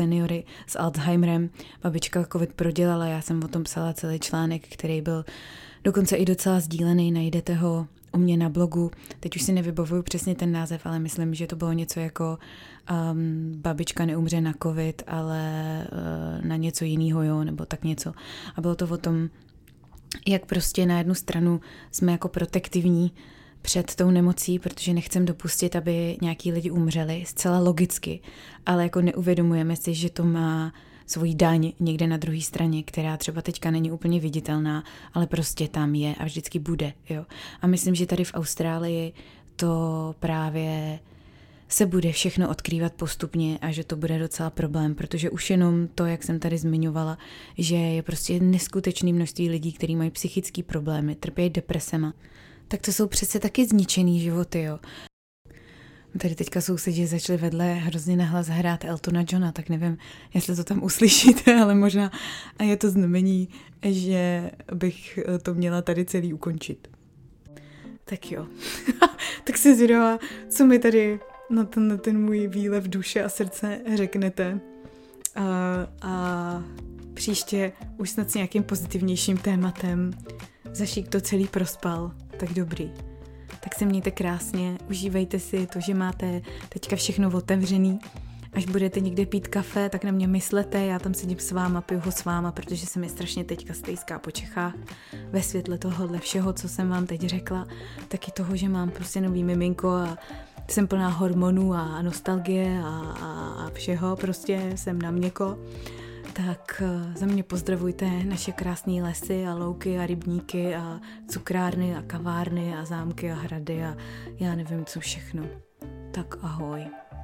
seniory s Alzheimerem. Babička covid prodělala, já jsem o tom psala celý článek, který byl dokonce i docela sdílený, najdete ho u mě na blogu. Teď už si nevybavuju přesně ten název, ale myslím, že to bylo něco jako um, babička neumře na covid, ale uh, na něco jiného, jo, nebo tak něco. A bylo to o tom, jak prostě na jednu stranu jsme jako protektivní před tou nemocí, protože nechcem dopustit, aby nějaký lidi umřeli, zcela logicky, ale jako neuvědomujeme si, že to má svoji daň někde na druhé straně, která třeba teďka není úplně viditelná, ale prostě tam je a vždycky bude, jo. A myslím, že tady v Austrálii to právě se bude všechno odkrývat postupně a že to bude docela problém, protože už jenom to, jak jsem tady zmiňovala, že je prostě neskutečné množství lidí, kteří mají psychické problémy, trpějí depresema, tak to jsou přece taky zničený životy, jo. Tady teďka sousedi začali vedle hrozně nahlas hrát Eltona Johna, tak nevím, jestli to tam uslyšíte, ale možná a je to znamení, že bych to měla tady celý ukončit. Tak jo, tak se zvědavá, co mi tady na ten, na ten můj výlev duše a srdce řeknete. A, a příště už snad s nějakým pozitivnějším tématem. Zašík to celý prospal, tak dobrý. Tak se mějte krásně, užívejte si to, že máte teďka všechno otevřený. Až budete někde pít kafe, tak na mě myslete, já tam sedím s váma, piju ho s váma, protože se mi strašně teďka stejská po Čechách. Ve světle tohohle všeho, co jsem vám teď řekla, taky toho, že mám prostě nový miminko a jsem plná hormonů a nostalgie a, a, a všeho, prostě jsem na měko. Tak za mě pozdravujte naše krásné lesy a louky a rybníky a cukrárny a kavárny a zámky a hrady a já nevím co všechno. Tak ahoj.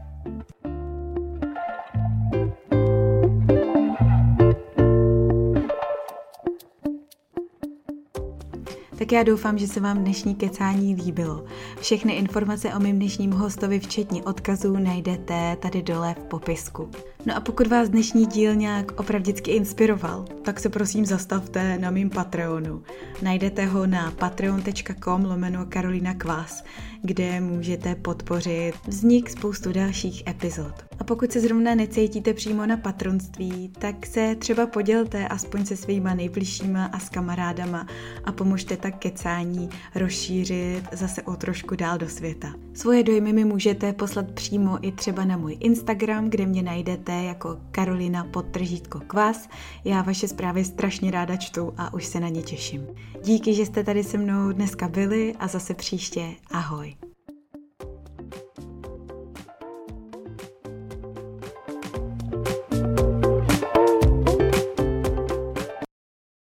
Tak já doufám, že se vám dnešní kecání líbilo. Všechny informace o mém dnešním hostovi, včetně odkazů, najdete tady dole v popisku. No a pokud vás dnešní díl nějak opravdicky inspiroval, tak se prosím zastavte na mým Patreonu. Najdete ho na patreon.com lomeno Karolina Kvás, kde můžete podpořit vznik spoustu dalších epizod. A pokud se zrovna necítíte přímo na patronství, tak se třeba podělte aspoň se svýma nejbližšíma a s kamarádama a pomožte tak kecání rozšířit zase o trošku dál do světa. Svoje dojmy mi můžete poslat přímo i třeba na můj Instagram, kde mě najdete jako Karolina podtržítko Kvás. Já vaše zprávy strašně ráda čtu a už se na ně těším. Díky, že jste tady se mnou dneska byli a zase příště ahoj.